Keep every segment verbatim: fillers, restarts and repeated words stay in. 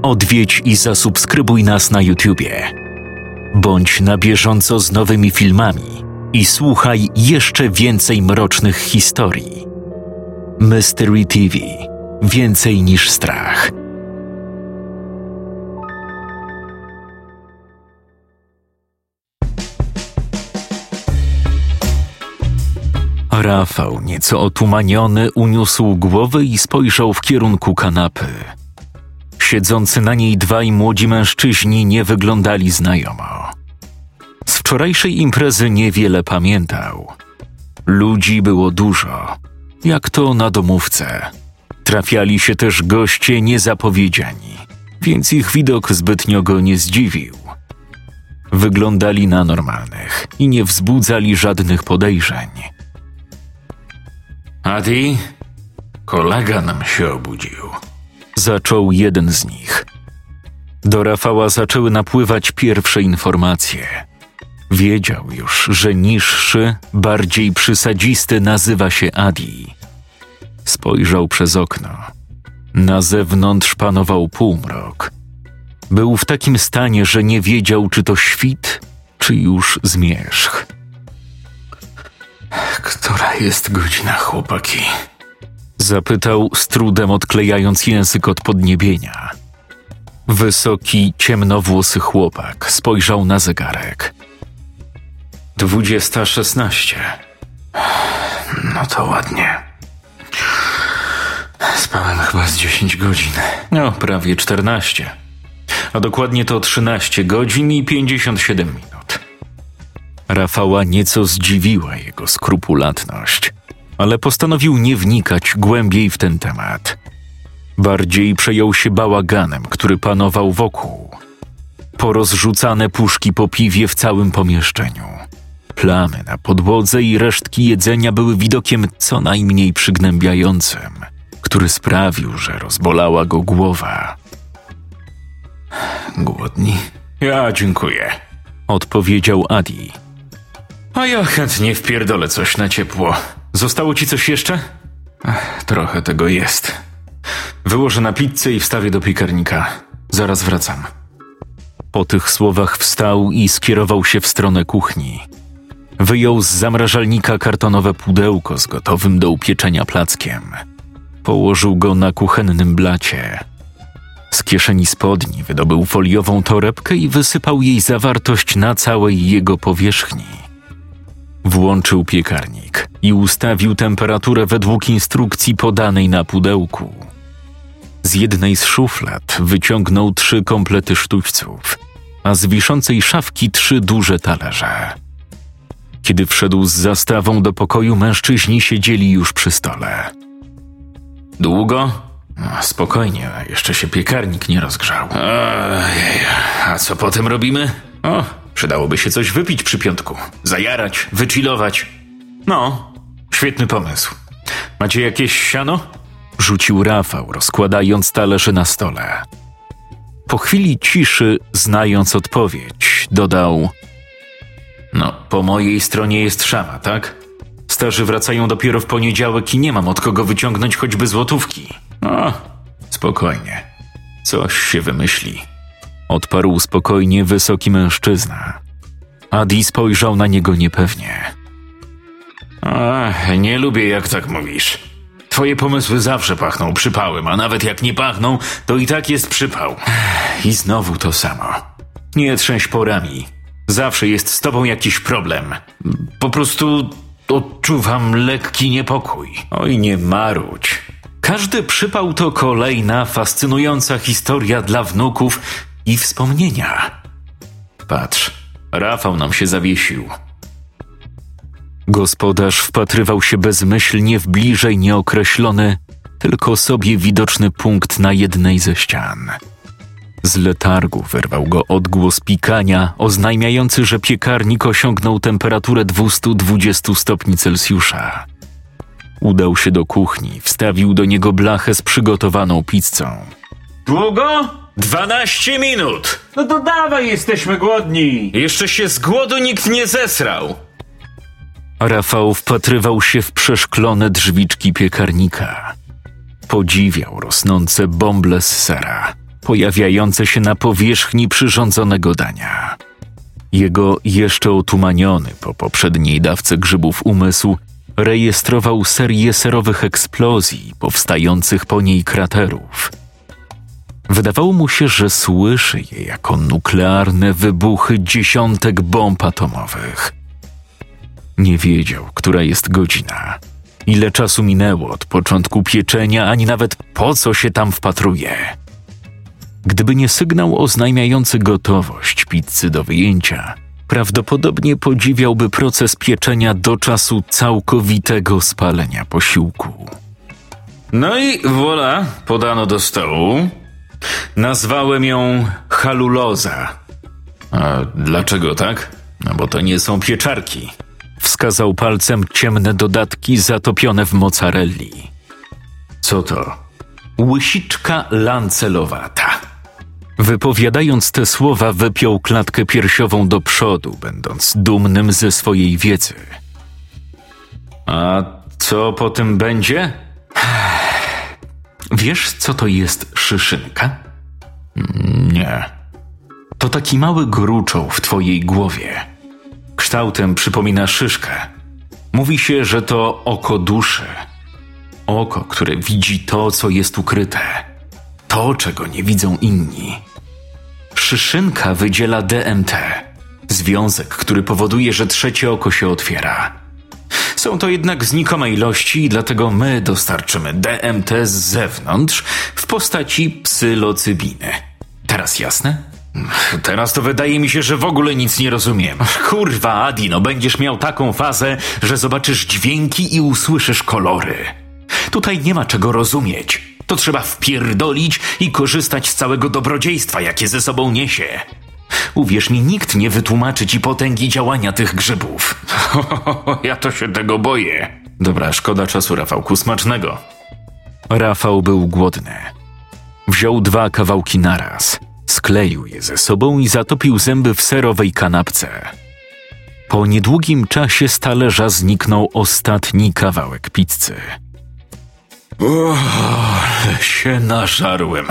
Odwiedź i zasubskrybuj nas na YouTubie. Bądź na bieżąco z nowymi filmami i słuchaj jeszcze więcej mrocznych historii. Mystery T V. Więcej niż strach. Rafał, nieco otumaniony, uniósł głowę i spojrzał w kierunku kanapy. Siedzący na niej dwaj młodzi mężczyźni nie wyglądali znajomo. Z wczorajszej imprezy niewiele pamiętał. Ludzi było dużo, jak to na domówce. Trafiali się też goście niezapowiedziani, więc ich widok zbytnio go nie zdziwił. Wyglądali na normalnych i nie wzbudzali żadnych podejrzeń. Adi, kolega nam się obudził. Zaczął jeden z nich. Do Rafała zaczęły napływać pierwsze informacje. Wiedział już, że niższy, bardziej przysadzisty nazywa się Adi. Spojrzał przez okno. Na zewnątrz panował półmrok. Był w takim stanie, że nie wiedział, czy to świt, czy już zmierzch. Która jest godzina, chłopaki? Zapytał z trudem, odklejając język od podniebienia. Wysoki, ciemnowłosy chłopak spojrzał na zegarek. Dwudziesta szesnaście. No to ładnie. Spałem chyba z dziesięć godzin. No, prawie czternaście. A dokładnie to trzynaście godzin i pięćdziesiąt siedem minut. Rafała nieco zdziwiła jego skrupulatność, ale postanowił nie wnikać głębiej w ten temat. Bardziej przejął się bałaganem, który panował wokół. Porozrzucane puszki po piwie w całym pomieszczeniu. Plamy na podłodze i resztki jedzenia były widokiem co najmniej przygnębiającym, który sprawił, że rozbolała go głowa. Głodni? Ja dziękuję, odpowiedział Adi. A ja chętnie wpierdolę coś na ciepło. Zostało ci coś jeszcze? Ach, trochę tego jest. Wyłożę na pizzę i wstawię do piekarnika. Zaraz wracam. Po tych słowach wstał i skierował się w stronę kuchni. Wyjął z zamrażalnika kartonowe pudełko z gotowym do upieczenia plackiem. Położył go na kuchennym blacie. Z kieszeni spodni wydobył foliową torebkę i wysypał jej zawartość na całej jego powierzchni. Włączył piekarnik i ustawił temperaturę według instrukcji podanej na pudełku. Z jednej z szuflad wyciągnął trzy komplety sztućców, a z wiszącej szafki trzy duże talerze. Kiedy wszedł z zastawą do pokoju, mężczyźni siedzieli już przy stole. Długo? No, spokojnie, jeszcze się piekarnik nie rozgrzał. Ojej, a co potem robimy? O, przydałoby się coś wypić przy piątku. Zajarać, wychillować. No, świetny pomysł. Macie jakieś siano? Rzucił Rafał, rozkładając talerze na stole. Po chwili ciszy, znając odpowiedź, dodał: No, po mojej stronie jest szama, tak? Starzy wracają dopiero w poniedziałek i nie mam od kogo wyciągnąć choćby złotówki. No, spokojnie. Coś się wymyśli. Odparł spokojnie wysoki mężczyzna. Adi spojrzał na niego niepewnie. Ach, nie lubię, jak tak mówisz. Twoje pomysły zawsze pachną przypałem, a nawet jak nie pachną, to i tak jest przypał. I znowu to samo. Nie trzęś porami. Zawsze jest z tobą jakiś problem. Po prostu odczuwam lekki niepokój. Oj, nie marudź. Każdy przypał to kolejna fascynująca historia dla wnuków i wspomnienia. Patrz, Rafał nam się zawiesił. Gospodarz wpatrywał się bezmyślnie w bliżej nieokreślony, tylko sobie widoczny punkt na jednej ze ścian. Z letargu wyrwał go odgłos pikania, oznajmiający, że piekarnik osiągnął temperaturę dwieście dwadzieścia stopni Celsjusza. Udał się do kuchni, wstawił do niego blachę z przygotowaną pizzą. Długo? Dwanaście minut! No to dawaj, jesteśmy głodni! Jeszcze się z głodu nikt nie zesrał! Rafał wpatrywał się w przeszklone drzwiczki piekarnika. Podziwiał rosnące bąble z sera, pojawiające się na powierzchni przyrządzonego dania. Jego jeszcze otumaniony po poprzedniej dawce grzybów umysł rejestrował serię serowych eksplozji powstających po niej kraterów. Wydawało mu się, że słyszy je jako nuklearne wybuchy dziesiątek bomb atomowych. Nie wiedział, która jest godzina, ile czasu minęło od początku pieczenia, ani nawet po co się tam wpatruje. Gdyby nie sygnał oznajmiający gotowość pizzy do wyjęcia, prawdopodobnie podziwiałby proces pieczenia do czasu całkowitego spalenia posiłku. No i voilà, podano do stołu. Nazwałem ją haluloza. A dlaczego tak? No bo to nie są pieczarki. Wskazał palcem ciemne dodatki zatopione w mozzarelli. Co to? Łysiczka lancelowata. Wypowiadając te słowa, wypiął klatkę piersiową do przodu, będąc dumnym ze swojej wiedzy. A co po tym będzie? Wiesz, co to jest szyszynka? Nie. To taki mały gruczoł w twojej głowie. Kształtem przypomina szyszkę. Mówi się, że to oko duszy. Oko, które widzi to, co jest ukryte. To, czego nie widzą inni. Szyszynka wydziela D M T. Związek, który powoduje, że trzecie oko się otwiera. Są to jednak znikome ilości i dlatego my dostarczymy D M T z zewnątrz w postaci psylocybiny. Teraz jasne? Teraz to wydaje mi się, że w ogóle nic nie rozumiem. Kurwa, Adi, no będziesz miał taką fazę, że zobaczysz dźwięki i usłyszysz kolory. Tutaj nie ma czego rozumieć. To trzeba wpierdolić i korzystać z całego dobrodziejstwa, jakie ze sobą niesie. Uwierz mi, nikt nie wytłumaczy ci potęgi działania tych grzybów. Ja to się tego boję. Dobra, szkoda czasu, Rafałku, smacznego. Rafał był głodny. Wziął dwa kawałki naraz, skleił je ze sobą i zatopił zęby w serowej kanapce. Po niedługim czasie z talerza zniknął ostatni kawałek pizzy. O, się nażarłem.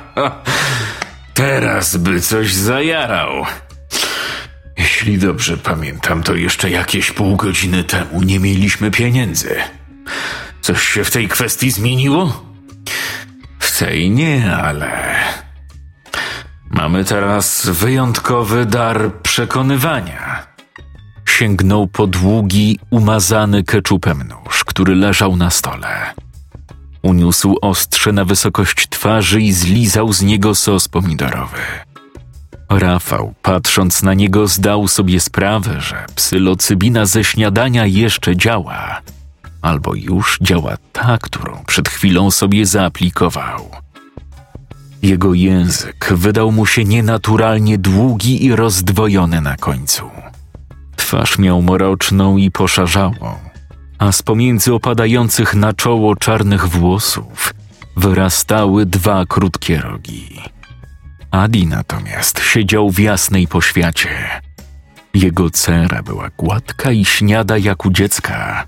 Teraz by coś zajarał. Jeśli dobrze pamiętam, to jeszcze jakieś pół godziny temu nie mieliśmy pieniędzy. Coś się w tej kwestii zmieniło? W tej nie, ale... Mamy teraz wyjątkowy dar przekonywania. Sięgnął po długi, umazany keczupem nóż, który leżał na stole. Uniósł ostrze na wysokość twarzy i zlizał z niego sos pomidorowy. Rafał, patrząc na niego, zdał sobie sprawę, że psylocybina ze śniadania jeszcze działa. Albo już działa ta, którą przed chwilą sobie zaaplikował. Jego język wydał mu się nienaturalnie długi i rozdwojony na końcu. Twarz miał mroczną i poszarzałą, a z pomiędzy opadających na czoło czarnych włosów wyrastały dwa krótkie rogi. Adi natomiast siedział w jasnej poświacie. Jego cera była gładka i śniada jak u dziecka.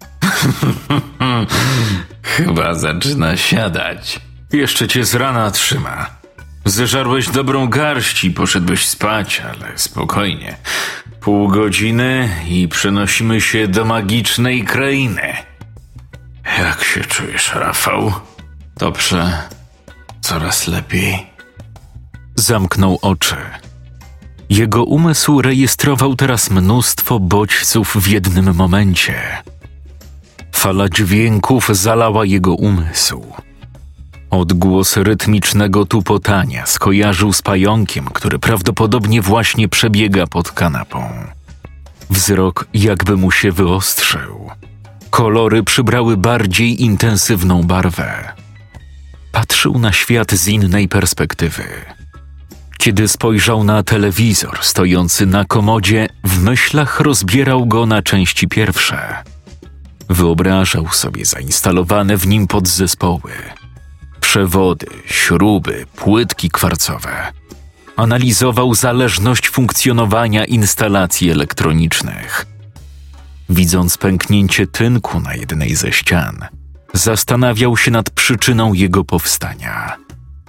Chyba zaczyna siadać. Jeszcze cię z rana trzyma. Zeżarłeś dobrą garść i poszedłeś spać, ale spokojnie. Pół godziny i przenosimy się do magicznej krainy. Jak się czujesz, Rafał? Dobrze. Coraz lepiej. Zamknął oczy. Jego umysł rejestrował teraz mnóstwo bodźców w jednym momencie. Fala dźwięków zalała jego umysł. Odgłos rytmicznego tupotania skojarzył z pająkiem, który prawdopodobnie właśnie przebiega pod kanapą. Wzrok jakby mu się wyostrzył. Kolory przybrały bardziej intensywną barwę. Patrzył na świat z innej perspektywy. Kiedy spojrzał na telewizor stojący na komodzie, w myślach rozbierał go na części pierwsze. Wyobrażał sobie zainstalowane w nim podzespoły. Przewody, śruby, płytki kwarcowe. Analizował zależność funkcjonowania instalacji elektronicznych. Widząc pęknięcie tynku na jednej ze ścian, zastanawiał się nad przyczyną jego powstania.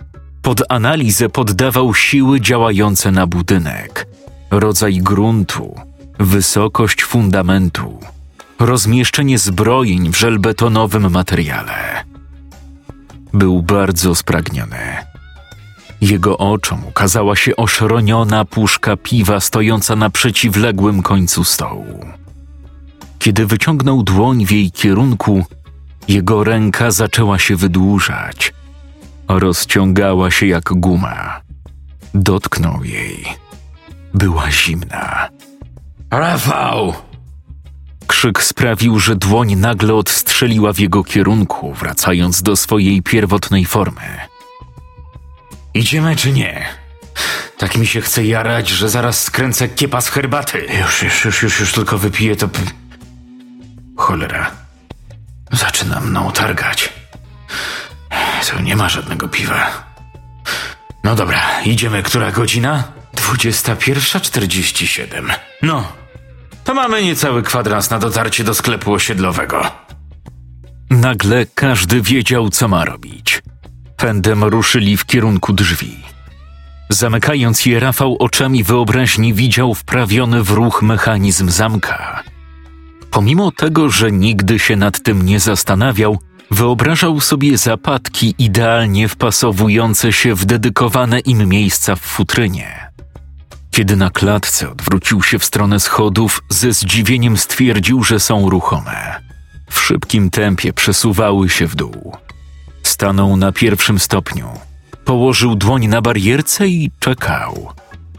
Pod analizę poddawał siły działające na budynek, rodzaj gruntu, wysokość fundamentu, rozmieszczenie zbrojeń w żelbetonowym materiale. Był bardzo spragniony. Jego oczom ukazała się oszroniona puszka piwa stojąca na przeciwległym końcu stołu. Kiedy wyciągnął dłoń w jej kierunku, jego ręka zaczęła się wydłużać. Rozciągała się jak guma. Dotknął jej. Była zimna. Rafał! Krzyk sprawił, że dłoń nagle odstrzeliła w jego kierunku, wracając do swojej pierwotnej formy. Idziemy czy nie? Tak mi się chce jarać, że zaraz skręcę kiepa z herbaty. Już, już, już, już, już tylko wypiję to... Cholera. Zaczyna mną targać. Tu nie ma żadnego piwa. No dobra, idziemy. Która godzina? Dwudziesta pierwsza czterdzieści siedem. No, to mamy niecały kwadrans na dotarcie do sklepu osiedlowego. Nagle każdy wiedział, co ma robić. Pędem ruszyli w kierunku drzwi. Zamykając je, Rafał oczami wyobraźni widział wprawiony w ruch mechanizm zamka. Pomimo tego, że nigdy się nad tym nie zastanawiał, wyobrażał sobie zapadki idealnie wpasowujące się w dedykowane im miejsca w futrynie. Kiedy na klatce odwrócił się w stronę schodów, ze zdziwieniem stwierdził, że są ruchome. W szybkim tempie przesuwały się w dół. Stanął na pierwszym stopniu. Położył dłoń na barierce i czekał.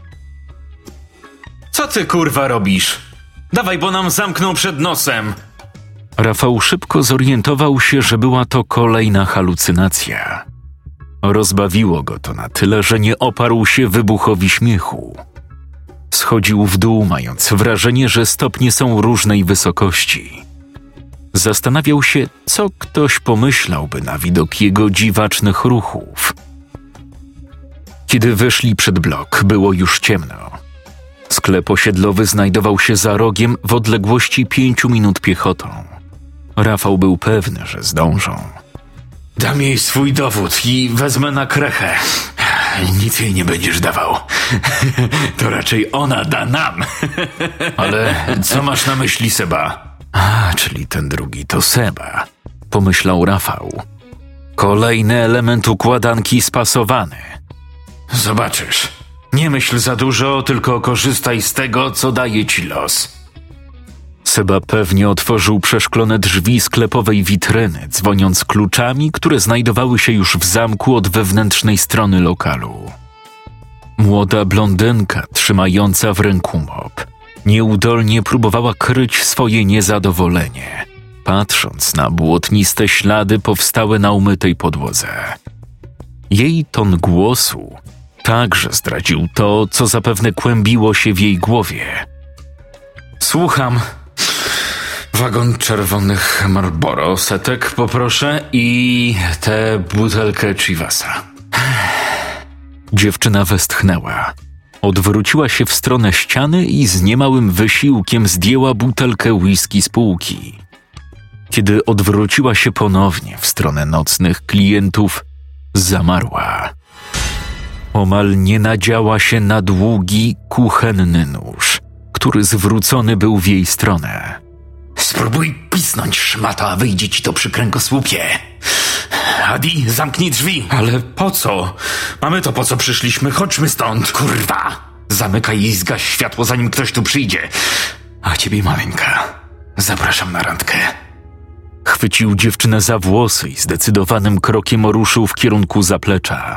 Co ty kurwa robisz? Dawaj, bo nam zamkną przed nosem. Rafał szybko zorientował się, że była to kolejna halucynacja. Rozbawiło go to na tyle, że nie oparł się wybuchowi śmiechu. Schodził w dół, mając wrażenie, że stopnie są różnej wysokości. Zastanawiał się, co ktoś pomyślałby na widok jego dziwacznych ruchów. Kiedy wyszli przed blok, było już ciemno. Sklep osiedlowy znajdował się za rogiem w odległości pięciu minut piechotą. Rafał był pewny, że zdążą. Dam jej swój dowód i wezmę na krechę. Nic jej nie będziesz dawał. To raczej ona da nam. Ale co masz na myśli, Seba? A, czyli ten drugi to Seba, pomyślał Rafał. Kolejny element układanki spasowany. Zobaczysz. Nie myśl za dużo, tylko korzystaj z tego, co daje ci los. Seba pewnie otworzył przeszklone drzwi sklepowej witryny, dzwoniąc kluczami, które znajdowały się już w zamku od wewnętrznej strony lokalu. Młoda blondynka, trzymająca w ręku mop, nieudolnie próbowała kryć swoje niezadowolenie, patrząc na błotniste ślady powstałe na umytej podłodze. Jej ton głosu także zdradził to, co zapewne kłębiło się w jej głowie. Słucham. Wagon czerwonych Marlboro setek poproszę i tę butelkę Chivasa. Dziewczyna westchnęła. Odwróciła się w stronę ściany i z niemałym wysiłkiem zdjęła butelkę whisky z półki. Kiedy odwróciła się ponownie w stronę nocnych klientów, zamarła. Omal nie nadziała się na długi, kuchenny nóż, który zwrócony był w jej stronę. Spróbuj pisnąć, szmata, a wyjdzie ci to przy kręgosłupie. Adi, zamknij drzwi. Ale po co? Mamy to, po co przyszliśmy. Chodźmy stąd. Kurwa. Zamykaj i zgaś światło, zanim ktoś tu przyjdzie. A ciebie, maleńka, zapraszam na randkę. Chwycił dziewczynę za włosy i zdecydowanym krokiem ruszył w kierunku zaplecza.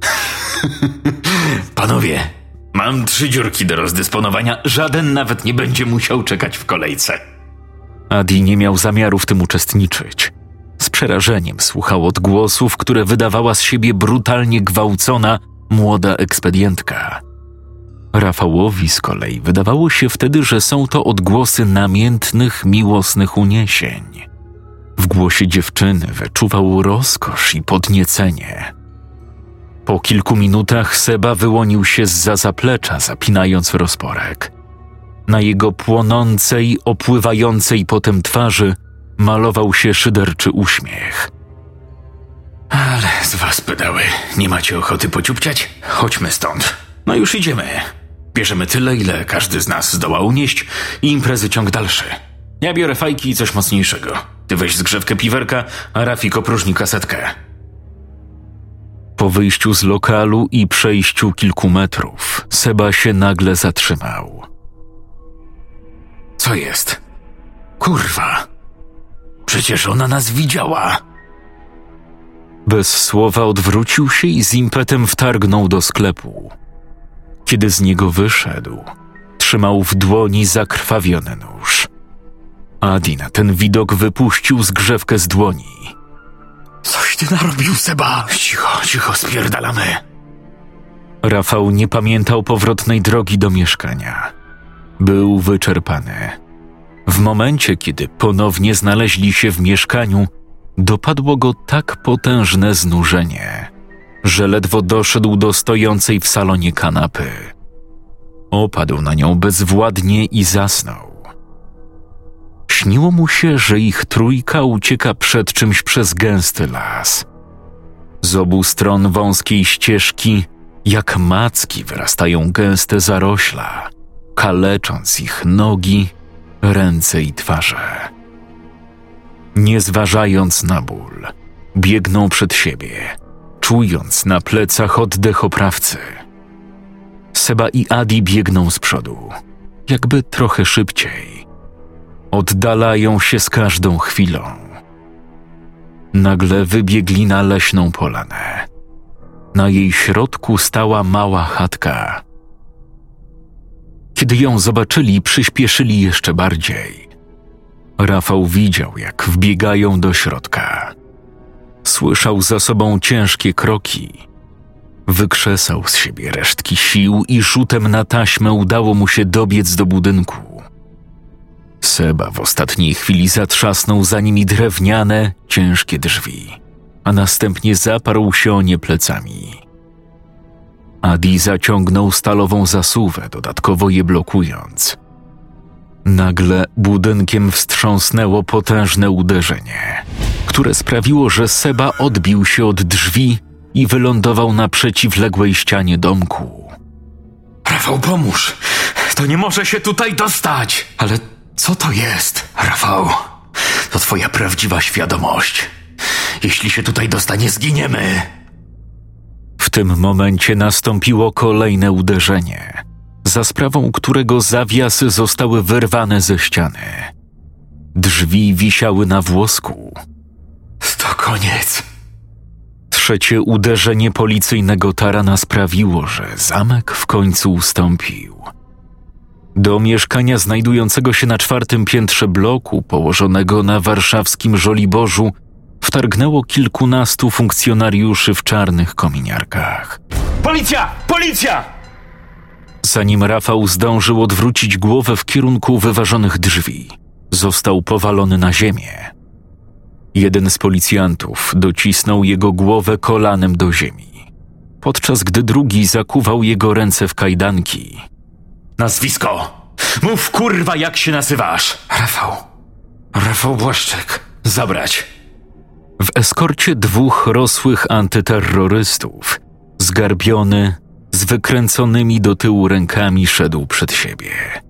Panowie, mam trzy dziurki do rozdysponowania. Żaden nawet nie będzie musiał czekać w kolejce. Adi nie miał zamiaru w tym uczestniczyć. Z przerażeniem słuchał odgłosów, które wydawała z siebie brutalnie gwałcona młoda ekspedientka. Rafałowi z kolei wydawało się wtedy, że są to odgłosy namiętnych, miłosnych uniesień. W głosie dziewczyny wyczuwał rozkosz i podniecenie. Po kilku minutach Seba wyłonił się zza zaplecza, zapinając rozporek. Na jego płonącej, opływającej potem twarzy malował się szyderczy uśmiech. Ale z was pedały, nie macie ochoty pociupciać? Chodźmy stąd. No już idziemy. Bierzemy tyle, ile każdy z nas zdoła unieść i imprezy ciąg dalszy. Ja biorę fajki i coś mocniejszego. Ty weź zgrzewkę piwerka, a Rafik opróżni kasetkę. Po wyjściu z lokalu i przejściu kilku metrów, Seba się nagle zatrzymał. Co jest? Kurwa! Przecież ona nas widziała! Bez słowa odwrócił się i z impetem wtargnął do sklepu. Kiedy z niego wyszedł, trzymał w dłoni zakrwawiony nóż. Adi na ten widok wypuścił zgrzewkę z dłoni. Coś ty narobił, Seba! Cicho, cicho, spierdalamy! Rafał nie pamiętał powrotnej drogi do mieszkania. Był wyczerpany. W momencie, kiedy ponownie znaleźli się w mieszkaniu, dopadło go tak potężne znużenie, że ledwo doszedł do stojącej w salonie kanapy. Opadł na nią bezwładnie i zasnął. Śniło mu się, że ich trójka ucieka przed czymś przez gęsty las. Z obu stron wąskiej ścieżki, jak macki, wyrastają gęste zarośla, kalecząc ich nogi, ręce i twarze. Nie zważając na ból, biegną przed siebie, czując na plecach oddech oprawcy. Seba i Adi biegną z przodu, jakby trochę szybciej. Oddalają się z każdą chwilą. Nagle wybiegli na leśną polanę. Na jej środku stała mała chatka. Kiedy ją zobaczyli, przyspieszyli jeszcze bardziej. Rafał widział, jak wbiegają do środka. Słyszał za sobą ciężkie kroki. Wykrzesał z siebie resztki sił i rzutem na taśmę udało mu się dobiec do budynku. Seba w ostatniej chwili zatrzasnął za nimi drewniane, ciężkie drzwi, a następnie zaparł się o nie plecami. Adi zaciągnął stalową zasuwę, dodatkowo je blokując. Nagle budynkiem wstrząsnęło potężne uderzenie, które sprawiło, że Seba odbił się od drzwi i wylądował na przeciwległej ścianie domku. Rafał, pomóż! To nie może się tutaj dostać! Ale co to jest? Rafał, to twoja prawdziwa świadomość. Jeśli się tutaj dostanie, zginiemy! W tym momencie nastąpiło kolejne uderzenie, za sprawą którego zawiasy zostały wyrwane ze ściany. Drzwi wisiały na włosku. To koniec. Trzecie uderzenie policyjnego tarana sprawiło, że zamek w końcu ustąpił. Do mieszkania znajdującego się na czwartym piętrze bloku położonego na warszawskim Żoliborzu wtargnęło kilkunastu funkcjonariuszy w czarnych kominiarkach. Policja! Policja! Zanim Rafał zdążył odwrócić głowę w kierunku wyważonych drzwi, został powalony na ziemię. Jeden z policjantów docisnął jego głowę kolanem do ziemi, podczas gdy drugi zakuwał jego ręce w kajdanki. Nazwisko! Mów, kurwa, jak się nazywasz! Rafał. Rafał Błaszczyk. Zabrać. W eskorcie dwóch rosłych antyterrorystów, zgarbiony, z wykręconymi do tyłu rękami szedł przed siebie.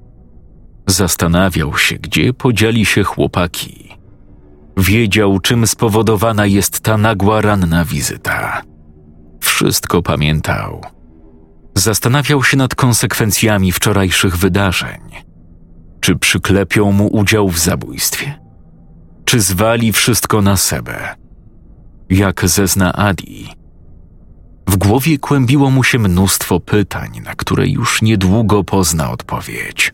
Zastanawiał się, gdzie podzieli się chłopaki. Wiedział, czym spowodowana jest ta nagła ranna wizyta. Wszystko pamiętał. Zastanawiał się nad konsekwencjami wczorajszych wydarzeń. Czy przyklepią mu udział w zabójstwie? Czy zwali wszystko na Sebę? Jak zezna Adi? W głowie kłębiło mu się mnóstwo pytań, na które już niedługo pozna odpowiedź.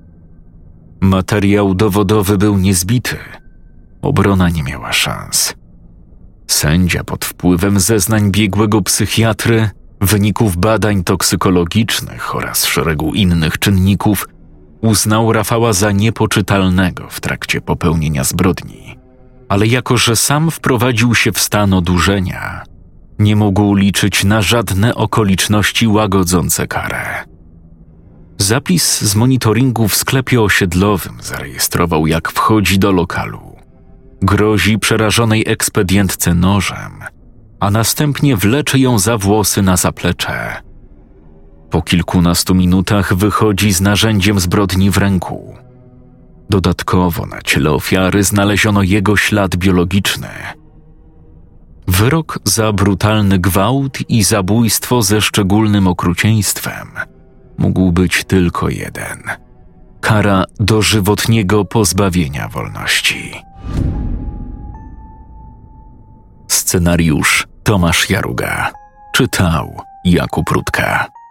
Materiał dowodowy był niezbity. Obrona nie miała szans. Sędzia pod wpływem zeznań biegłego psychiatry, wyników badań toksykologicznych oraz szeregu innych czynników uznał Rafała za niepoczytalnego w trakcie popełnienia zbrodni. Ale jako że sam wprowadził się w stan odurzenia, nie mógł liczyć na żadne okoliczności łagodzące karę. Zapis z monitoringu w sklepie osiedlowym zarejestrował, jak wchodzi do lokalu. Grozi przerażonej ekspedientce nożem, a następnie wlecze ją za włosy na zaplecze. Po kilkunastu minutach wychodzi z narzędziem zbrodni w ręku. Dodatkowo na ciele ofiary znaleziono jego ślad biologiczny. Wyrok za brutalny gwałt i zabójstwo ze szczególnym okrucieństwem mógł być tylko jeden. Kara dożywotniego pozbawienia wolności. Scenariusz Tomasz Jaruga. Czytał Jakub Rutka.